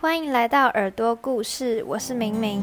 欢迎来到耳朵故事，我是明明。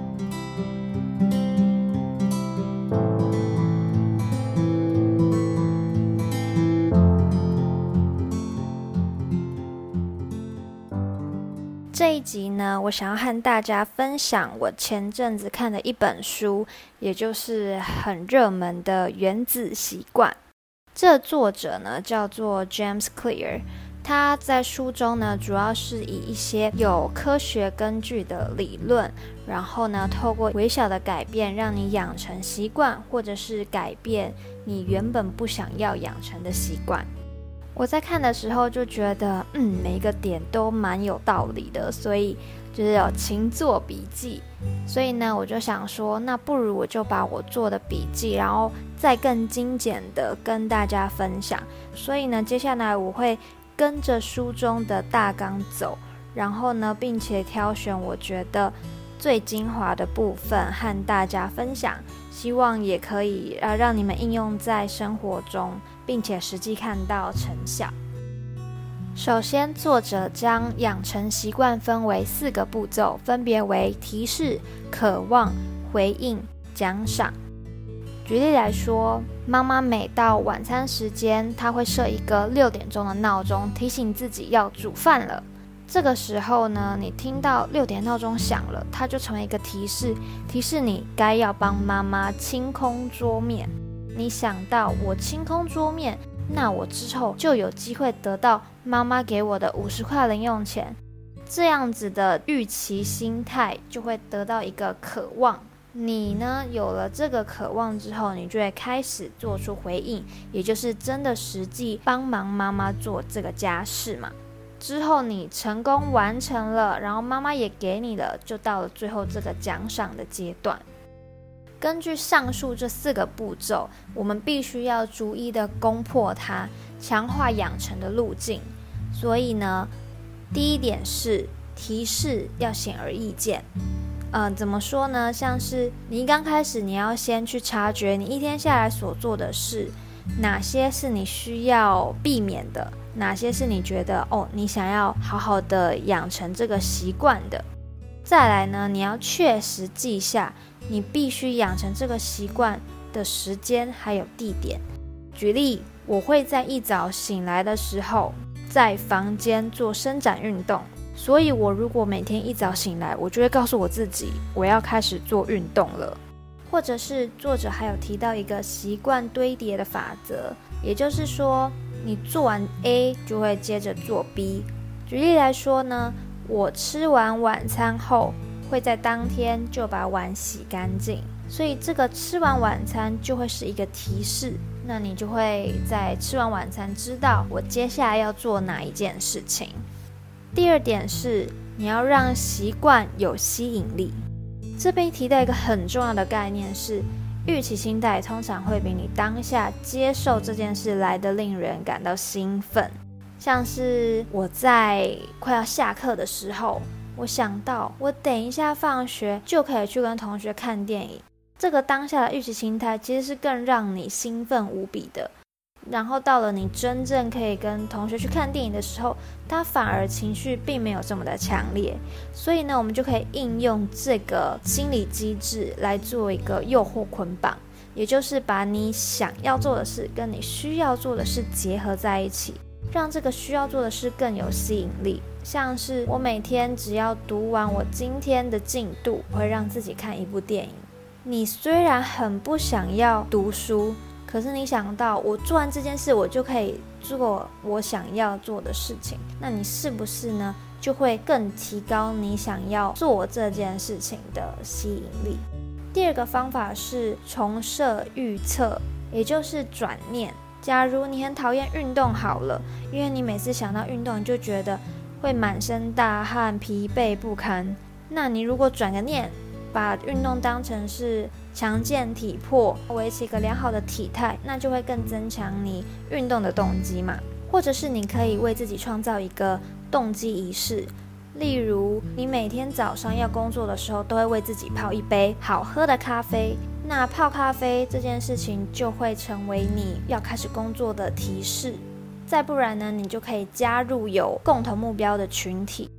这一集呢，我想要和大家分享我前阵子看的一本书，也就是很热门的《原子习惯》。这作者呢叫做 James Clear， 他在书中呢主要是以一些有科学根据的理论，然后呢透过微小的改变让你养成习惯，或者是改变你原本不想要养成的习惯。我在看的时候就觉得每一个点都蛮有道理的，所以就是有勤做笔记。所以呢我就想说，那不如我就把我做的笔记然后再更精简的跟大家分享。所以呢接下来我会跟着书中的大纲走，然后呢并且挑选我觉得最精华的部分和大家分享，希望也可以让你们应用在生活中，并且实际看到成效。首先，作者将养成习惯分为4个步骤，分别为提示、渴望、回应、奖赏。举例来说，妈妈每到晚餐时间，她会设一个6点钟的闹钟，提醒自己要煮饭了。这个时候呢，你听到6点闹钟响了，它就成为一个提示，提示你该要帮妈妈清空桌面。你想到我清空桌面，那我之后就有机会得到妈妈给我的50块零用钱。这样子的预期心态就会得到一个渴望。你呢，有了这个渴望之后，你就会开始做出回应，也就是真的实际帮忙妈妈做这个家事嘛。之后你成功完成了，然后妈妈也给你了，就到了最后这个奖赏的阶段。根据上述这4个步骤，我们必须要逐一的攻破它，强化养成的路径。所以呢，第一点是提示要显而易见。怎么说呢？像是你刚开始，你要先去察觉你一天下来所做的事，哪些是你需要避免的，哪些是你觉得你想要好好的养成这个习惯的。再来呢，你要确实记下你必须养成这个习惯的时间还有地点。举例，我会在一早醒来的时候在房间做伸展运动，所以我如果每天一早醒来，我就会告诉我自己我要开始做运动了。或者是作者还有提到一个习惯堆叠的法则，也就是说你做完 A 就会接着做 B。 举例来说呢，我吃完晚餐后会在当天就把碗洗干净，所以这个吃完晚餐就会是一个提示，那你就会在吃完晚餐知道我接下来要做哪一件事情。第二点是你要让习惯有吸引力。这边提到一个很重要的概念是，预期心态通常会比你当下接受这件事来得令人感到兴奋。像是我在快要下课的时候，我想到我等一下放学就可以去跟同学看电影，这个当下的预期心态其实是更让你兴奋无比的。然后到了你真正可以跟同学去看电影的时候，他反而情绪并没有这么的强烈。所以呢，我们就可以应用这个心理机制来做一个诱惑捆绑，也就是把你想要做的事跟你需要做的事结合在一起，让这个需要做的事更有吸引力。像是我每天只要读完我今天的进度，我会让自己看一部电影。你虽然很不想要读书，可是你想到我做完这件事，我就可以做我想要做的事情，那你是不是呢就会更提高你想要做这件事情的吸引力。第二个方法是重设预测，也就是转念。假如你很讨厌运动好了，因为你每次想到运动你就觉得会满身大汗，疲惫不堪，那你如果转个念，把运动当成是强健体魄，维持一个良好的体态，那就会更增强你运动的动机嘛。或者是你可以为自己创造一个动机仪式，例如你每天早上要工作的时候都会为自己泡一杯好喝的咖啡，那泡咖啡这件事情就会成为你要开始工作的提示。再不然呢，你就可以加入有共同目标的群体。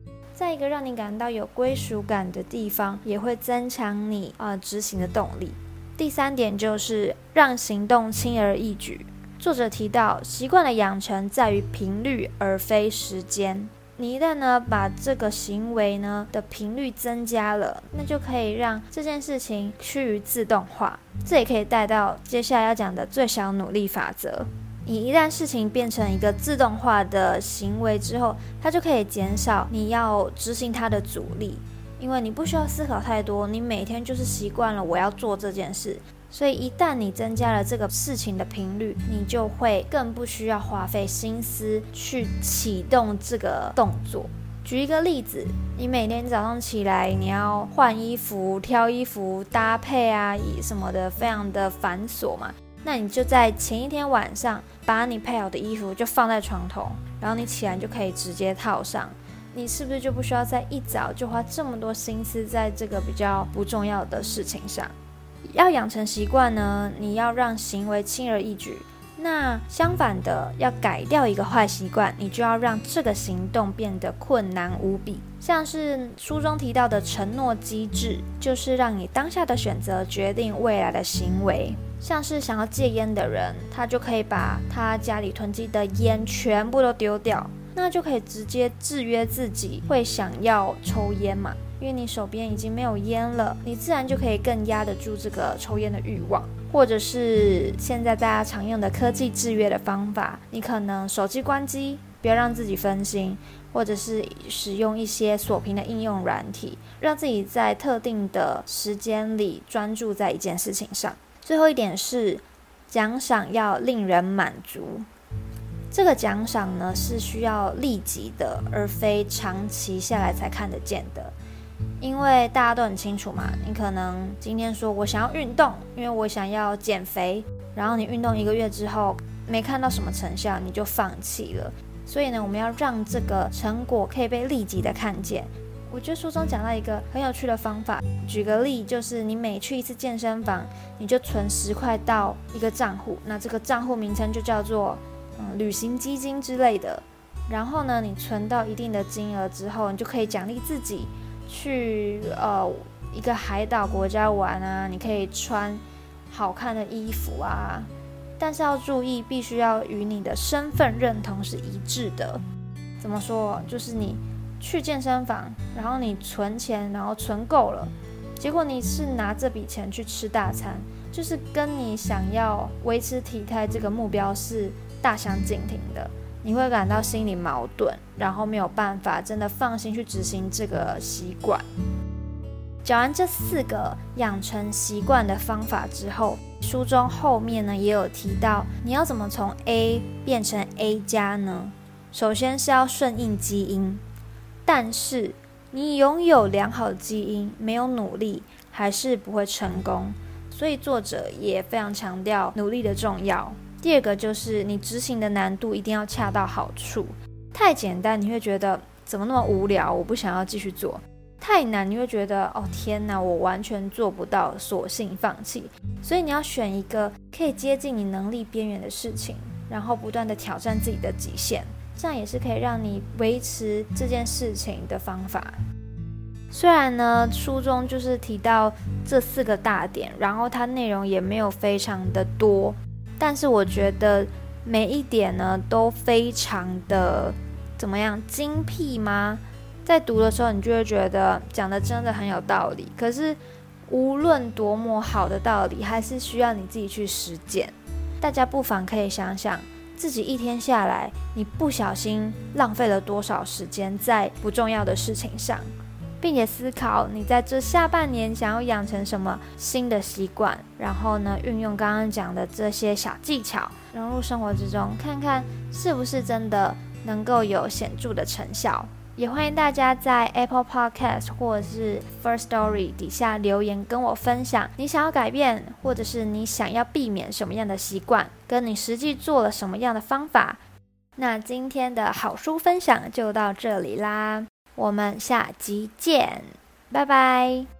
在一个让你感到有归属感的地方，也会增强你执行的动力。第3点就是让行动轻而易举。作者提到，习惯的养成在于频率而非时间。你一旦呢把这个行为呢的频率增加了，那就可以让这件事情趋于自动化。这也可以带到接下来要讲的最小努力法则。你一旦事情变成一个自动化的行为之后，它就可以减少你要执行它的阻力，因为你不需要思考太多，你每天就是习惯了我要做这件事。所以一旦你增加了这个事情的频率，你就会更不需要花费心思去启动这个动作。举一个例子，你每天早上起来，你要换衣服、挑衣服、搭配啊什么的，非常的繁琐嘛。那你就在前一天晚上把你配好的衣服就放在床头，然后你起来就可以直接套上。你是不是就不需要在一早就花这么多心思在这个比较不重要的事情上？要养成习惯呢，你要让行为轻而易举。那相反的，要改掉一个坏习惯，你就要让这个行动变得困难无比。像是书中提到的承诺机制，就是让你当下的选择决定未来的行为。像是想要戒烟的人，他就可以把他家里囤积的烟全部都丢掉，那就可以直接制约自己会想要抽烟嘛。因为你手边已经没有烟了，你自然就可以更压得住这个抽烟的欲望。或者是现在大家常用的科技制约的方法，你可能手机关机，不要让自己分心，或者是使用一些锁屏的应用软体，让自己在特定的时间里专注在一件事情上。最后一点是奖赏要令人满足。这个奖赏呢是需要立即的，而非长期下来才看得见的。因为大家都很清楚嘛，你可能今天说我想要运动，因为我想要减肥，然后你运动1个月之后没看到什么成效，你就放弃了。所以呢，我们要让这个成果可以被立即的看见。我觉得书中讲到一个很有趣的方法，举个例，就是你每去一次健身房，你就存10块到一个账户，那这个账户名称就叫做旅行基金之类的。然后呢，你存到一定的金额之后，你就可以奖励自己去一个海岛国家玩啊，你可以穿好看的衣服啊，但是要注意，必须要与你的身份认同是一致的。怎么说？就是你去健身房，然后你存钱，然后存够了，结果你是拿这笔钱去吃大餐，就是跟你想要维持体态这个目标是大相径庭的。你会感到心里矛盾，然后没有办法真的放心去执行这个习惯。讲完这4个养成习惯的方法之后，书中后面呢也有提到，你要怎么从 A 变成 A 加呢？首先是要顺应基因，但是你拥有良好的基因，没有努力还是不会成功。所以作者也非常强调努力的重要。第2个就是你执行的难度一定要恰到好处，太简单你会觉得怎么那么无聊，我不想要继续做；太难你会觉得天哪，我完全做不到，索性放弃。所以你要选一个可以接近你能力边缘的事情，然后不断的挑战自己的极限，这样也是可以让你维持这件事情的方法。虽然呢书中就是提到这4个大点，然后它内容也没有非常的多，但是我觉得每一点呢都非常的精辟吗？在读的时候你就会觉得讲的真的很有道理，可是无论多么好的道理，还是需要你自己去实践。大家不妨可以想想自己一天下来，你不小心浪费了多少时间在不重要的事情上，并且思考你在这下半年想要养成什么新的习惯，然后呢，运用刚刚讲的这些小技巧融入生活之中，看看是不是真的能够有显著的成效。也欢迎大家在 Apple Podcast 或者是 First Story 底下留言跟我分享你想要改变，或者是你想要避免什么样的习惯，跟你实际做了什么样的方法。那今天的好书分享就到这里啦，我们下集见，拜拜。